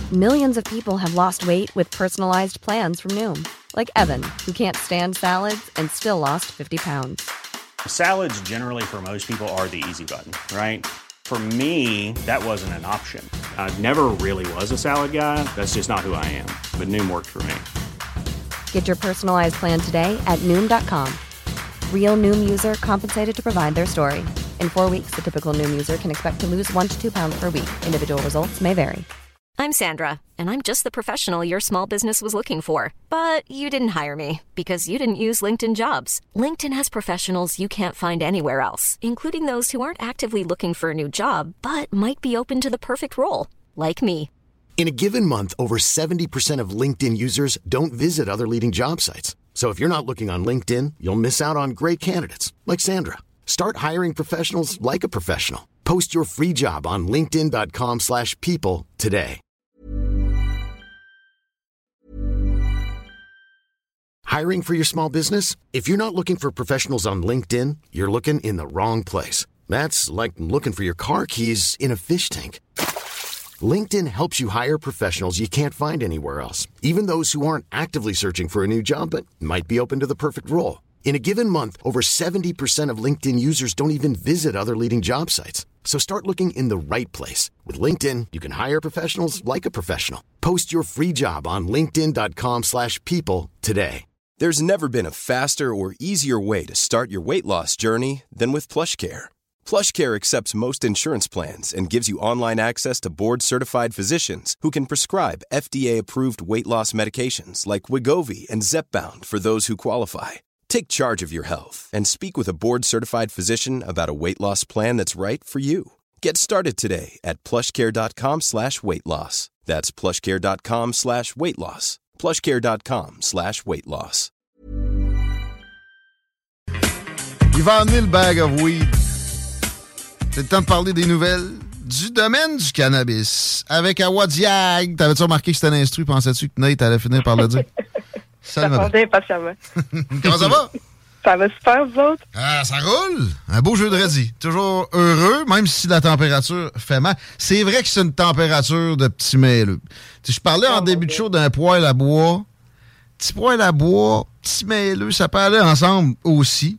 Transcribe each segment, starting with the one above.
Millions of people have lost weight with personalized plans from Noom. Like Evan, who can't stand salads and still lost 50 pounds. Salads generally for most people are the easy button, right? For me, that wasn't an option. I never really was a salad guy. That's just not who I am. But Noom worked for me. Get your personalized plan today at Noom.com. Real Noom user compensated to provide their story. In 4 weeks, the typical Noom user can expect to lose 1 to 2 pounds per week. Individual results may vary. I'm Sandra, and I'm just the professional your small business was looking for. But you didn't hire me because you didn't use LinkedIn Jobs. LinkedIn has professionals you can't find anywhere else, including those who aren't actively looking for a new job, but might be open to the perfect role, like me. In a given month, over 70% of LinkedIn users don't visit other leading job sites. So if you're not looking on LinkedIn, you'll miss out on great candidates like Sandra. Start hiring professionals like a professional. Post your free job on linkedin.com/people today. Hiring for your small business? If you're not looking for professionals on LinkedIn, you're looking in the wrong place. That's like looking for your car keys in a fish tank. LinkedIn helps you hire professionals you can't find anywhere else, even those who aren't actively searching for a new job but might be open to the perfect role. In a given month, over 70% of LinkedIn users don't even visit other leading job sites. So start looking in the right place. With LinkedIn, you can hire professionals like a professional. Post your free job on linkedin.com/people today. There's never been a faster or easier way to start your weight loss journey than with PlushCare. PlushCare accepts most insurance plans and gives you online access to board-certified physicians who can prescribe FDA-approved weight loss medications like Wegovy and Zepbound for those who qualify. Take charge of your health and speak with a board-certified physician about a weight loss plan that's right for you. Get started today at plushcare.com/weight loss. That's plushcare.com/weight loss. plushcare.com/weight loss. Il va emmener le bag of weed. C'est le temps de parler des nouvelles du domaine du cannabis. Avec Awadiag. T'avais-tu remarqué que c'était un instru? Pensais-tu que Nate allait finir par le dire? J'attendais impatiemment. Comment ça va? Ça va super, vous autres? Ah, ça roule. Un beau jeudi. Toujours heureux, même si la température fait mal. C'est vrai que c'est une température de petit mêleux. Je parlais en début de show d'un poêle à bois. Petit poêle à bois, petit mêleux, ça peut aller ensemble aussi.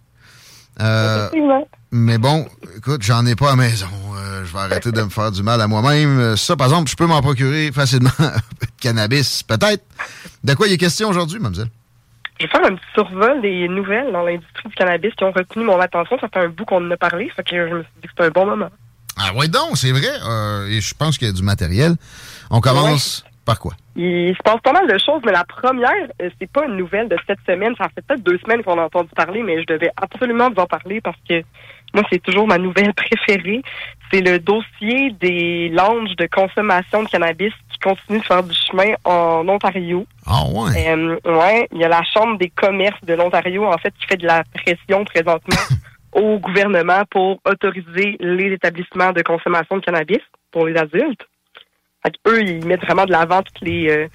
Mais bon, écoute, j'en ai pas à la maison. Je vais arrêter de me faire du mal à moi-même. Ça, par exemple, je peux m'en procurer facilement un peu de cannabis, peut-être. De quoi il est question aujourd'hui, mademoiselle? Je vais faire un petit survol des nouvelles dans l'industrie du cannabis qui ont retenu mon attention. Ça fait un bout qu'on en a parlé, fait que je me suis dit que c'était un bon moment. Ah oui donc, c'est vrai. Et je pense qu'il y a du matériel. On commence par quoi? Il se passe pas mal de choses, mais la première, c'est pas une nouvelle de cette semaine. Ça fait peut-être 2 semaines qu'on a entendu parler, mais je devais absolument vous en parler parce que moi, c'est toujours ma nouvelle préférée. C'est le dossier des lounges de consommation de cannabis qui continue de faire du chemin en Ontario. Ah ouais? Ouais, il y a la Chambre des commerces de l'Ontario, en fait, qui fait de la pression présentement au gouvernement pour autoriser les établissements de consommation de cannabis pour les adultes. Fait eux, ils mettent vraiment de l'avant toutes les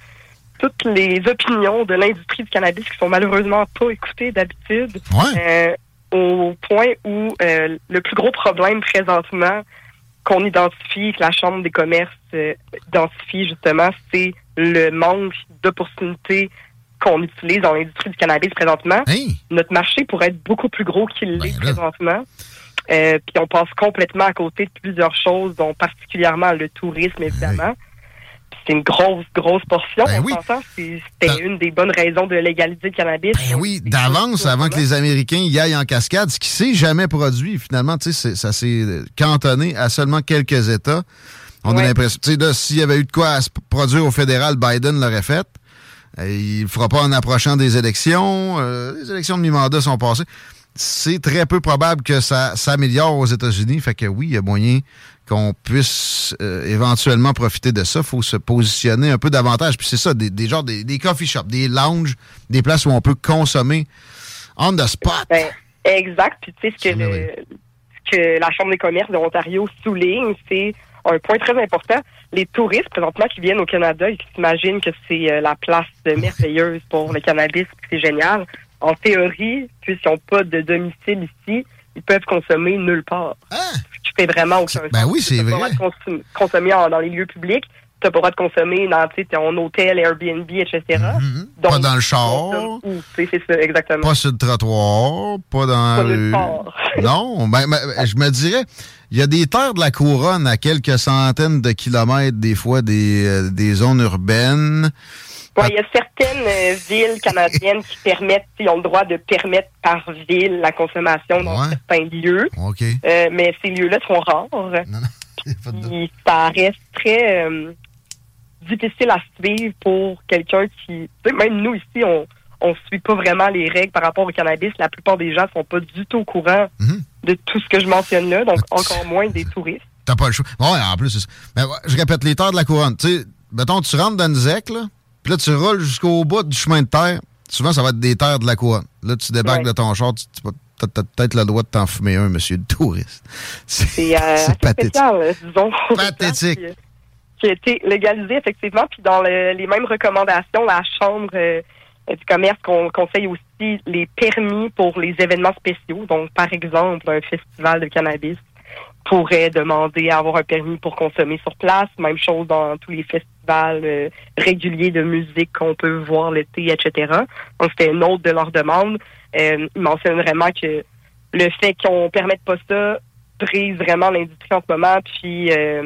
opinions de l'industrie du cannabis qui sont malheureusement pas écoutées d'habitude. Ouais. Au point où le plus gros problème présentement qu'on identifie, que la Chambre des commerces identifie justement, c'est le manque d'opportunités qu'on utilise dans l'industrie du cannabis présentement. Hey. Notre marché pourrait être beaucoup plus gros qu'il l'est présentement. Puis on passe complètement à côté de plusieurs choses, dont particulièrement le tourisme, évidemment. C'est une grosse portion. Ben oui. C'était une des bonnes raisons de légaliser le cannabis. Ben oui, d'avance, avant que les Américains y aillent en cascade, ce qui s'est jamais produit. Finalement, tu sais, ça s'est cantonné à seulement quelques États. On a l'impression, tu sais, là, s'il y avait eu de quoi à se produire au fédéral, Biden l'aurait fait. Il le fera pas en approchant des élections. Les élections de mi-mandat sont passées. C'est très peu probable que ça s'améliore aux États-Unis. Fait que oui, il y a moyen qu'on puisse éventuellement profiter de ça. Il faut se positionner un peu davantage. Puis c'est ça, des coffee shops, des lounges, des places où on peut consommer on the spot. Ben, exact. Puis tu sais, ce que la Chambre des commerces de l'Ontario souligne, c'est un point très important. Les touristes, présentement, qui viennent au Canada et qui s'imaginent que c'est la place merveilleuse pour le cannabis, c'est génial. En théorie, puisqu'ils n'ont pas de domicile ici, ils peuvent consommer nulle part. Hein? Ce qui fait vraiment aucun sens. Ben oui, c'est vrai. Consommer dans les lieux publics, t'as pas le droit de consommer dans ton hôtel, Airbnb, etc. Donc, pas dans le char. C'est ça, exactement. Pas sur le trottoir, pas dans la rue. Non, je me dirais, il y a des terres de la couronne à quelques centaines de kilomètres, des fois, des zones urbaines. Oui, il y a certaines villes canadiennes qui permettent, ils ont le droit de permettre par ville la consommation dans certains lieux. Okay. Mais ces lieux-là sont rares. Ça reste très difficile à suivre pour quelqu'un qui... Même nous, ici, on suit pas vraiment les règles par rapport au cannabis. La plupart des gens sont pas du tout au courant de tout ce que je mentionne là, donc encore moins des touristes. T'as pas le choix. Oui, en plus, c'est ça. Mais, je répète, les terres de la couronne. Tu sais, mettons, tu rentres dans une ZEC, là, puis là, tu roules jusqu'au bout du chemin de terre. Souvent, ça va être des terres de la couronne. Là, tu débarques de ton char, tu as peut-être le droit de t'en fumer un, monsieur le touriste. C'est pathétique. Spécial, disons. Pathétique. Qui a été légalisé, effectivement. Puis dans les mêmes recommandations, la Chambre du commerce conseille aussi les permis pour les événements spéciaux. Donc, par exemple, un festival de cannabis pourrait demander à avoir un permis pour consommer sur place. Même chose dans tous les festivals réguliers de musique qu'on peut voir l'été, etc. Donc, c'était une autre de leurs demandes. Ils mentionnent vraiment que le fait qu'on ne permette pas ça brise vraiment l'industrie en ce moment, puis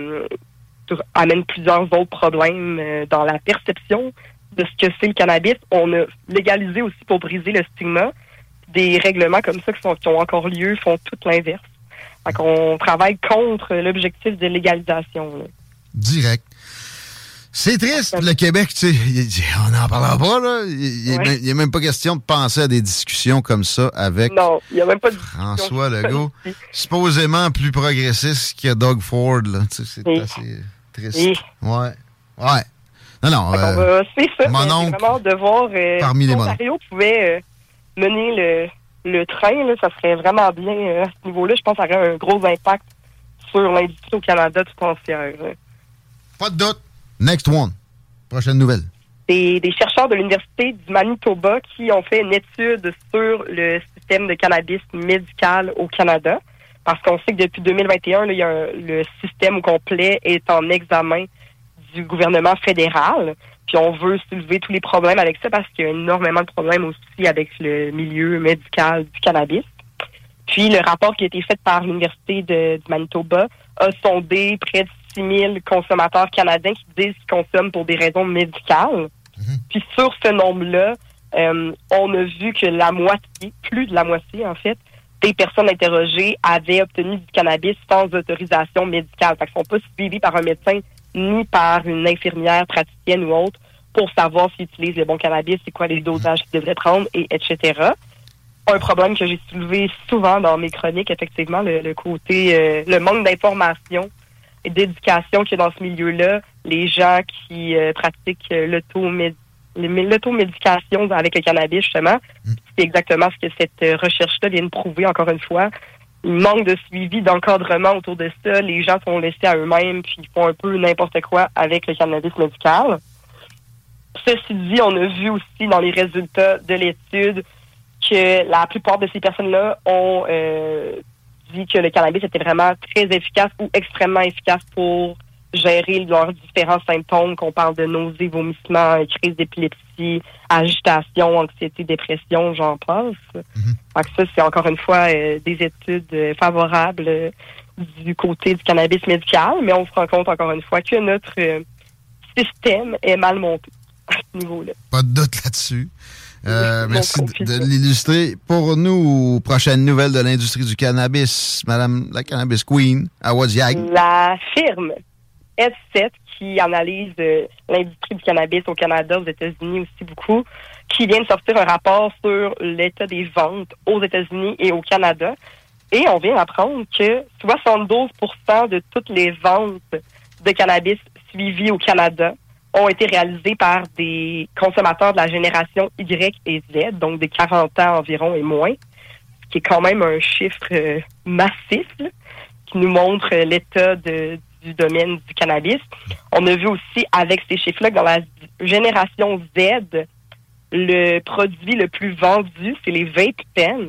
amène plusieurs autres problèmes dans la perception de ce que c'est le cannabis. On a légalisé aussi pour briser le stigma. Des règlements comme ça qui ont encore lieu font tout l'inverse. Fait qu'on travaille contre l'objectif de légalisation. Là. Direct. C'est triste, le Québec, tu sais, on n'en parlera pas, là. Il n'y a même pas question de penser à des discussions comme ça avec François Legault, supposément plus progressiste que Doug Ford, là. Tu sais, c'est assez triste. Ouais. Non. C'est ça. Mon oncle, c'est vraiment de voir parmi les Ontario pouvait mener le train, là, ça serait vraiment bien à ce niveau-là. Je pense que ça aurait un gros impact sur l'industrie au Canada tout entière. Pas de doute. Next one. Prochaine nouvelle. C'est des chercheurs de l'Université du Manitoba qui ont fait une étude sur le système de cannabis médical au Canada. Parce qu'on sait que depuis 2021, là, le système au complet est en examen du gouvernement fédéral. Puis on veut soulever tous les problèmes avec ça parce qu'il y a énormément de problèmes aussi avec le milieu médical du cannabis. Puis le rapport qui a été fait par l'Université du Manitoba a sondé près de 6 000 consommateurs canadiens qui disent qu'ils consomment pour des raisons médicales. Puis sur ce nombre-là, on a vu que plus de la moitié en fait, des personnes interrogées avaient obtenu du cannabis sans autorisation médicale. Fait qu'ils ne sont pas suivis par un médecin ni par une infirmière praticienne ou autre pour savoir s'ils utilisent le bon cannabis, c'est quoi les dosages qu'ils devraient prendre, etc. Un problème que j'ai soulevé souvent dans mes chroniques, effectivement, le côté, le manque d'information et d'éducation qu'il y a dans ce milieu-là. Les gens qui pratiquent l'automédication avec le cannabis, justement, c'est exactement ce que cette recherche-là vient de prouver, encore une fois. Il manque de suivi, d'encadrement autour de ça. Les gens sont laissés à eux-mêmes puis ils font un peu n'importe quoi avec le cannabis médical. Ceci dit, on a vu aussi dans les résultats de l'étude que la plupart de ces personnes-là ont dit que le cannabis était vraiment très efficace ou extrêmement efficace pour gérer leurs différents symptômes, qu'on parle de nausées, vomissements, crise d'épilepsie, agitation, anxiété, dépression, j'en passe. Donc ça, c'est encore une fois des études favorables du côté du cannabis médical, mais on se rend compte encore une fois que notre système est mal monté à ce niveau-là. Pas de doute là-dessus. Merci de l'illustrer pour nous. Prochaine nouvelle de l'industrie du cannabis, Madame la Cannabis Queen, à Wadiag. La firme S7, qui analyse l'industrie du cannabis au Canada, aux États-Unis aussi beaucoup, qui vient de sortir un rapport sur l'état des ventes aux États-Unis et au Canada. Et on vient d'apprendre que 72% de toutes les ventes de cannabis suivies au Canada ont été réalisées par des consommateurs de la génération Y et Z, donc des 40 ans environ et moins, ce qui est quand même un chiffre massif là, qui nous montre l'état du domaine du cannabis. On a vu aussi avec ces chiffres-là que dans la génération Z, le produit le plus vendu, c'est les vape pens,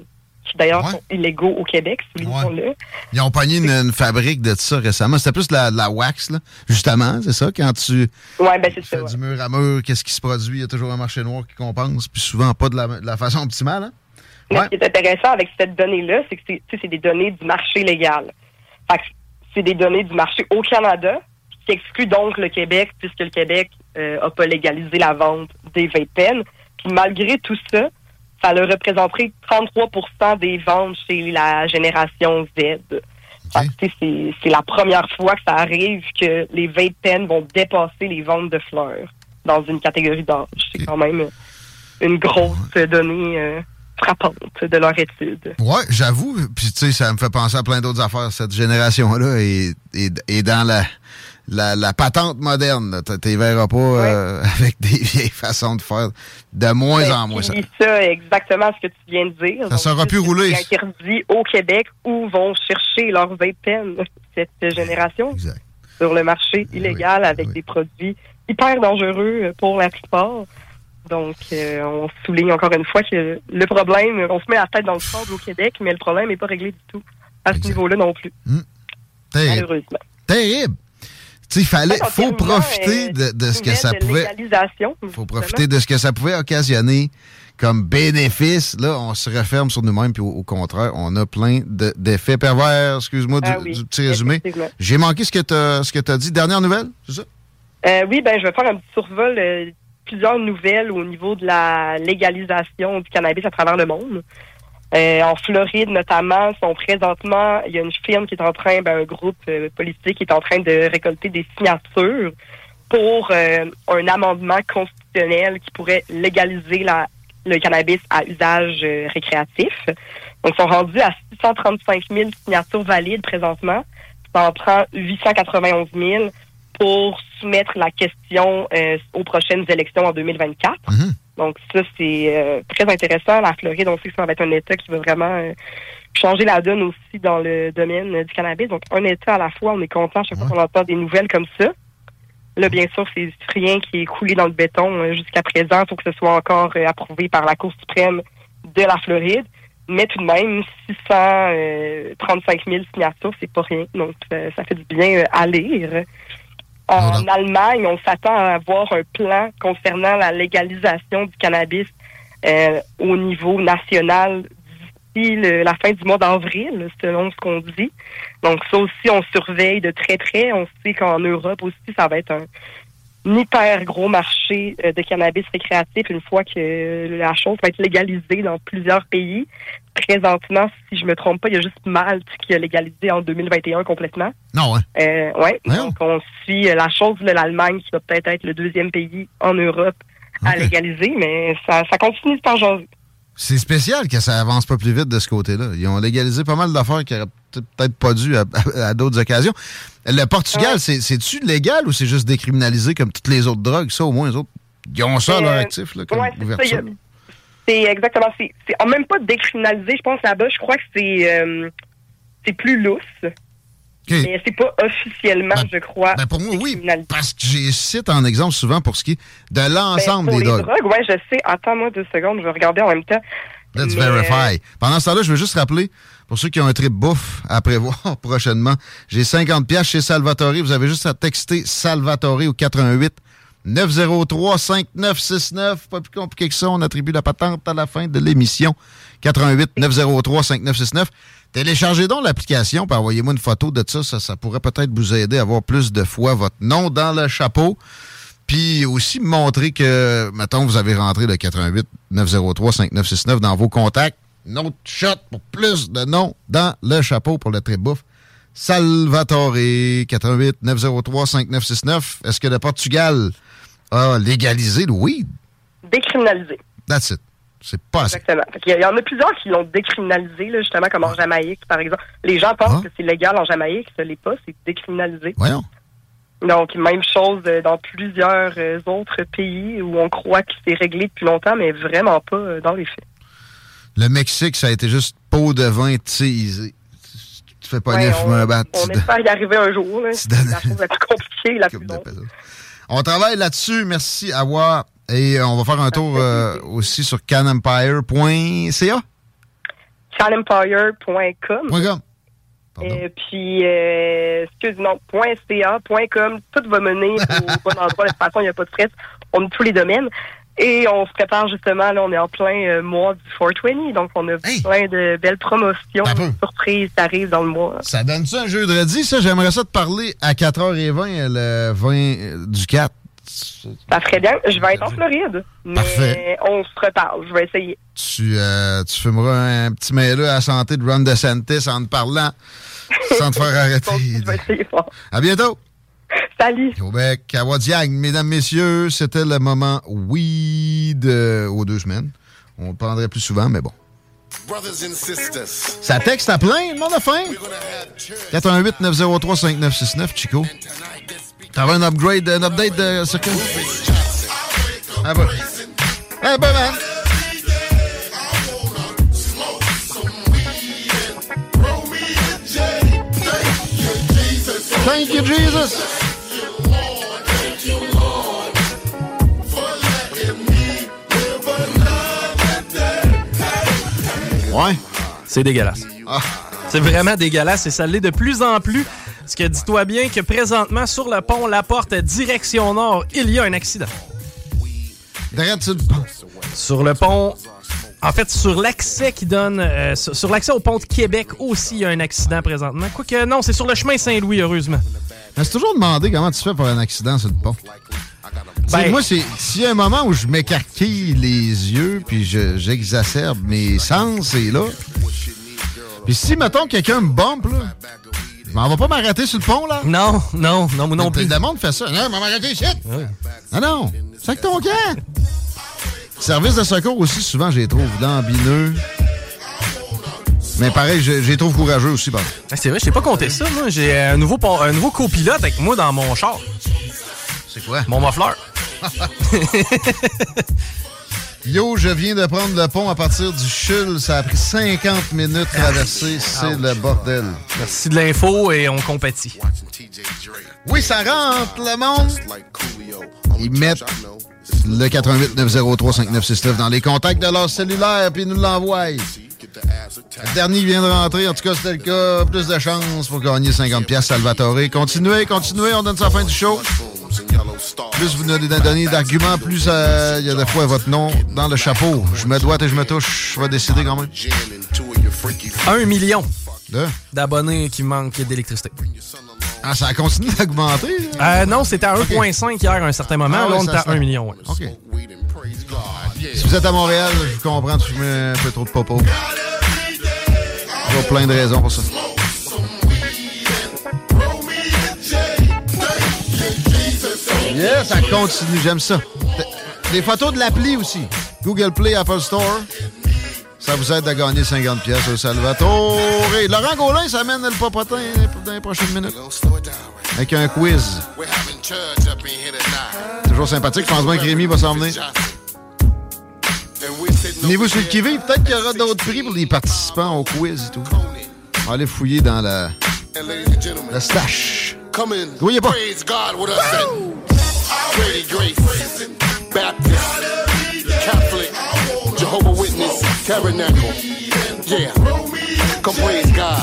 qui d'ailleurs sont illégaux au Québec, soulignons-le. Ils ont pogné une fabrique de ça récemment. C'était plus de la wax, là. Justement, c'est ça, quand tu fais du mur à mur, qu'est-ce qui se produit? Il y a toujours un marché noir qui compense, puis souvent pas de la façon optimale. Hein? Mais ce qui est intéressant avec cette donnée-là, c'est que c'est des données du marché légal. Fait que c'est des données du marché au Canada, qui exclut donc le Québec, puisque le Québec n'a pas légalisé la vente des vape-pens. Puis malgré tout ça, ça a représenté 33% des ventes chez la génération Z. Okay. C'est la première fois que ça arrive que les vape-pens vont dépasser les ventes de fleurs dans une catégorie d'âge. C'est quand même une grosse donnée frappante de leur étude. Oui, j'avoue. Puis, tu sais, ça me fait penser à plein d'autres affaires. Cette génération-là est dans la patente moderne. Tu ne verras pas avec des vieilles façons de faire. De moins en moins. C'est ça, exactement ce que tu viens de dire. Ça ne sera plus roulé. C'est interdit au Québec où vont chercher leurs vape-pens, cette génération, sur le marché illégal avec des produits hyper dangereux pour la plupart. Donc, on souligne encore une fois que le problème, on se met la tête dans le sable au Québec, mais le problème n'est pas réglé du tout à ce niveau-là non plus. Malheureusement. Terrible. Tu sais, faut profiter de ce que ça pouvait. Faut profiter de ce que ça pouvait occasionner comme bénéfice. Là, on se referme sur nous-mêmes, puis au contraire, on a plein d'effets pervers. Excuse-moi du petit résumé. J'ai manqué ce que tu as dit. Dernière nouvelle, c'est ça? Oui, je vais faire un petit survol. Plusieurs nouvelles au niveau de la légalisation du cannabis à travers le monde. En Floride, notamment, il y a une firme qui est en train, un groupe politique qui est en train de récolter des signatures pour un amendement constitutionnel qui pourrait légaliser le cannabis à usage récréatif. Donc, ils sont rendus à 635 000 signatures valides présentement. Ça en prend 891 000 pour soumettre la question aux prochaines élections en 2024. Mm-hmm. Donc ça, c'est très intéressant. La Floride, on sait que ça va être un État qui va vraiment changer la donne aussi dans le domaine du cannabis. Donc un État à la fois, on est content chaque fois qu'on entend des nouvelles comme ça. Là, bien sûr, c'est rien qui est coulé dans le béton jusqu'à présent. Il faut que ce soit encore approuvé par la Cour suprême de la Floride. Mais tout de même, 635 000 signatures, c'est pas rien. Donc ça fait du bien à lire. En Allemagne, on s'attend à avoir un plan concernant la légalisation du cannabis au niveau national d'ici la fin du mois d'avril, selon ce qu'on dit. Donc ça aussi, on surveille de très près. On sait qu'en Europe aussi, ça va être un hyper gros marché de cannabis récréatif une fois que la chose va être légalisée dans plusieurs pays. Présentement, si je me trompe pas, il y a juste Malte qui a légalisé en 2021 complètement. Non, ouais. Donc, on suit la chose de l'Allemagne qui va peut-être être le deuxième pays en Europe à légaliser, mais ça continue de s'en jaser. C'est spécial que ça avance pas plus vite de ce côté-là. Ils ont légalisé pas mal d'affaires qui n'auraient peut-être pas dû à d'autres occasions. Le Portugal, c'est-tu légal ou c'est juste décriminalisé comme toutes les autres drogues? Ça, au moins, les autres, ils ont ça à leur actif là, comme ouverture. C'est exactement. C'est même pas décriminalisé, je pense, là-bas. Je crois que c'est plus lousse. Okay. Mais c'est pas officiellement, je crois. Pour moi, oui, parce que j'ai cite en exemple souvent pour ce qui est de l'ensemble des drogues. Oui, je sais. Attends-moi 2 secondes, je vais regarder en même temps. Let's verify. Pendant ce temps-là, je veux juste rappeler, pour ceux qui ont un trip bouffe à prévoir prochainement, j'ai 50$ chez Salvatore. Vous avez juste à texter Salvatore au 88 903 5969. Pas plus compliqué que ça. On attribue la patente à la fin de l'émission. 88 903 5969. Téléchargez donc l'application et envoyez-moi une photo de ça. Ça pourrait peut-être vous aider à avoir plus de fois votre nom dans le chapeau. Puis aussi montrer que, mettons, vous avez rentré le 88 903 5969 dans vos contacts. Une autre shot pour plus de noms dans le chapeau pour le trip bouffe. Salvatore, 88 903 5969. Est-ce que le Portugal a légalisé le weed? Décriminalisé. That's it. C'est pas assez. Exactement. Il y en a plusieurs qui l'ont décriminalisé, là, justement, comme en Jamaïque, par exemple. Les gens pensent que c'est légal en Jamaïque, ce n'est pas, c'est décriminalisé. Voyons. Donc, même chose dans plusieurs autres pays où on croit que c'est réglé depuis longtemps, mais vraiment pas dans les faits. Le Mexique, ça a été juste pot de vin teasé. Tu fais pas fumer un bat. On espère y arriver un jour. Là. C'est la chose la plus compliquée, la plus longue. On travaille là-dessus. Merci, Awa. Et on va faire un tour aussi sur canempire.ca. canempire.com. Puis, .ca.com, tout va mener au bon endroit. De toute façon, il n'y a pas de stress. On a tous les domaines. Et on se prépare justement, là, on est en plein mois du 420. Donc, on a plein de belles promotions, surprises, ça arrive dans le mois. Ça donne ça un jeudi, ça? J'aimerais ça te parler à 4h20, le 20 du 4. Ça ferait bien. Je vais être en Floride. Mais on se reparle. Je vais essayer. Tu fumeras un petit mail à la santé de Ron DeSantis en te parlant sans te faire arrêter. Je vais essayer fort. À bientôt. Salut. Québec, Awadiag, mesdames, messieurs, c'était le moment weed aux 2 semaines. On le prendrait plus souvent, mais bon. Ça texte à plein, le monde a faim. 418-903-5969, Chico. T'avais un update de circuit? Ah bah. Eh ben, man. Thank you, Jesus. Ouais. C'est dégueulasse. Ah. C'est vraiment dégueulasse et ça l'est de plus en plus. Parce que dis-toi bien que présentement, sur le pont La Porte, direction nord, il y a un accident. Derrière sur le pont. Sur le pont... En fait, sur l'accès qui donne... sur l'accès au pont de Québec aussi, il y a un accident présentement. Quoique, non, c'est sur le chemin Saint-Louis, heureusement. Je me suis toujours demandé comment tu fais pour un accident sur le pont. Moi, s'il y a un moment où je m'écarquille les yeux puis j'exacerbe mes sens, c'est là. Puis si, mettons, quelqu'un me bump, là, je m'en vais pas m'arrêter sur le pont, là? Non, non plus. Le monde fait ça. Non, je vais m'arrêter ici. Oui. Ah non, c'est que ton camp. Service de secours aussi, souvent, je les trouve lambineux. Mais pareil, je les trouve courageux aussi. Pardon. C'est vrai, je t'ai pas compté ça. Moi, j'ai un nouveau copilote avec moi dans mon char. C'est quoi? Mon muffler. Yo, je viens de prendre le pont à partir du Chul. Ça a pris 50 minutes à traverser. C'est le bordel. Merci de l'info et on compatit. Oui, ça rentre, le monde. Ils mettent le 88-903-5969 dans les contacts de leur cellulaire puis ils nous l'envoient. Le dernier vient de rentrer. En tout cas, c'était le cas. Plus de chance pour gagner 50$ Salvatore. Continuez. On donne ça à la fin du show. Plus vous nous donnez d'arguments, plus il y a des fois votre nom dans le chapeau. Je me doite et je me touche. Je vais décider quand même. 1 million d'abonnés qui manquent d'électricité. Ah, ça a continué d'augmenter? Non, c'était à 1,5 hier à un certain moment. Là, on est à 1 million. Ouais. OK. Si vous êtes à Montréal, je vous comprends, tu fumez un peu trop de popo. Il y a plein de raisons pour ça. Yeah, ça continue, j'aime ça. Des photos de l'appli aussi. Google Play, Apple Store. Ça vous aide à gagner 50$ au Salvatore. Laurent Gaulin s'amène le popotin dans les prochaines minutes. Avec un quiz. Toujours sympathique. Je pense bien que Rémi va s'en venir. Venez-vous sur le qui-vive. Peut-être qu'il y aura d'autres prix pour les participants au quiz et tout. On va aller fouiller dans la stash. Grouillez pas. Catholic, Jehovah Witness, Tabernacle. Yeah, come praise God.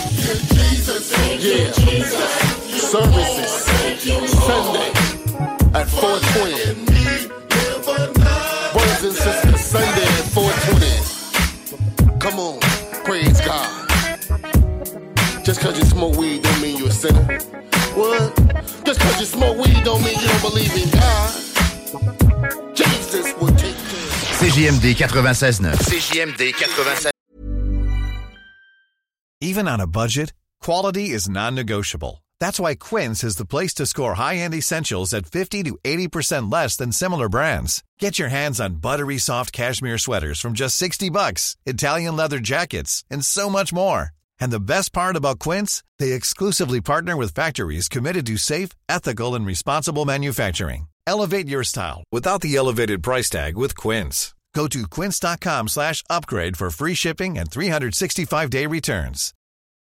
Yeah, services Sunday at 4:20. Brothers and sisters, Sunday at 4:20. Come on, praise God. Just cause you smoke weed don't mean you're a sinner. What? Just cause you smoke weed don't mean you don't believe in God. Jesus will take care. CJMD 96.9. CJMD 96.9. Even on a budget, quality is non-negotiable. That's why Quince is the place to score high-end essentials at 50 to 80% less than similar brands. Get your hands on buttery soft cashmere sweaters from just $60, Italian leather jackets, and so much more. And the best part about Quince, they exclusively partner with factories committed to safe, ethical, and responsible manufacturing. Elevate your style without the elevated price tag with Quince. Go to quince.com/upgrade for free shipping and 365-day returns.